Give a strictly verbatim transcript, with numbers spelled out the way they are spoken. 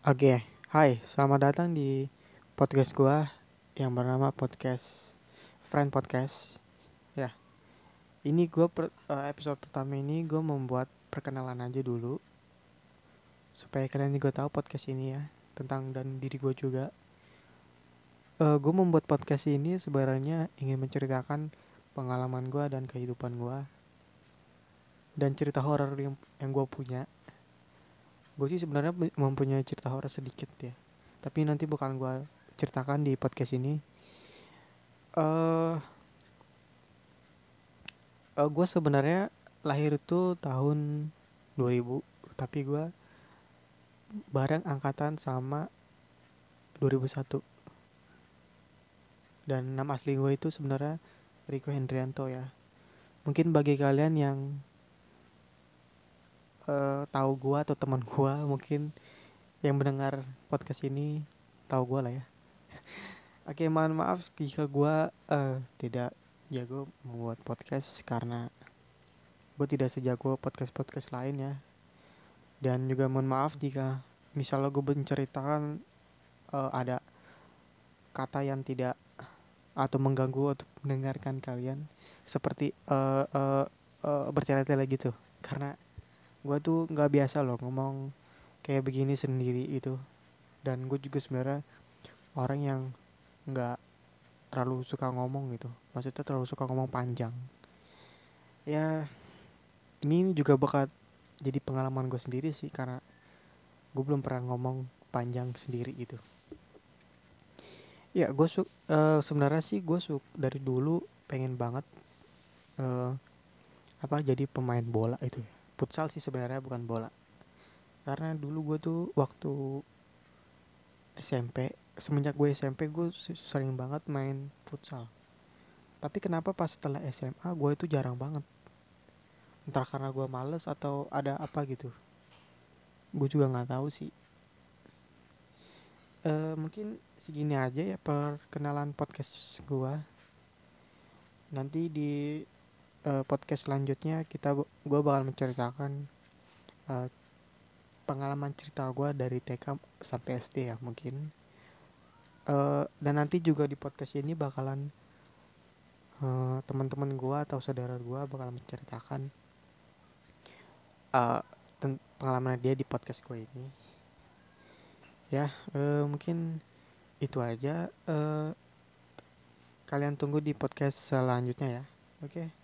Oke, hai, selamat datang di podcast gua yang bernama podcast Friend Podcast. Ya, ini gua per- eh, episode pertama ini gua membuat perkenalan aja dulu supaya kalian juga tahu podcast ini ya tentang dan diri gua juga. Eh gue membuat podcast ini sebenarnya ingin menceritakan pengalaman gua dan kehidupan gua dan cerita horor yang yang gua punya. Gue sih sebenarnya mempunyai cerita horor sedikit ya, tapi nanti bakal gua ceritakan di podcast ini. Eh Uh, gue sebenarnya lahir itu tahun dua ribu, tapi gue bareng angkatan sama dua ribu satu. Dan nama asli gue itu sebenarnya Riko Hendrianto ya. Mungkin bagi kalian yang uh, tahu gue atau teman gue, mungkin yang mendengar podcast ini tahu gue lah ya. Oke, mohon maaf jika gue uh, tidak jago membuat podcast karena gue tidak sejago podcast-podcast lain ya. Dan juga mohon maaf jika misalnya gue menceritakan uh, ada kata yang tidak atau mengganggu untuk mendengarkan kalian seperti uh, uh, uh, bertele-tele gitu, karena gue tuh nggak biasa loh ngomong kayak begini sendiri itu. Dan gue juga sebenarnya orang yang nggak terlalu suka ngomong gitu, maksudnya terlalu suka ngomong panjang ya. Ini juga bakal jadi pengalaman gue sendiri sih, karena gue belum pernah ngomong panjang sendiri gitu. Ya gue su uh, sebenarnya sih gue su dari dulu pengen banget uh, apa jadi pemain bola itu ya. Futsal sih sebenarnya, bukan bola. Karena dulu gue tuh waktu S M P, semenjak gue S M P gue sering banget main futsal. Tapi kenapa pas setelah S M A gue itu jarang banget. Entah karena gue males atau ada apa gitu. Gue juga nggak tahu sih. Eh mungkin segini aja ya perkenalan podcast gue. Nanti di eh, podcast selanjutnya kita gue bakal menceritakan eh, pengalaman cerita gue dari T K sampai S D ya mungkin. Uh, dan nanti juga di podcast ini bakalan uh, teman-teman gue atau saudara gue bakal menceritakan uh, pengalaman dia di podcast gue ini. Ya, uh, mungkin itu aja. Uh, kalian tunggu di podcast selanjutnya ya. Oke. Okay?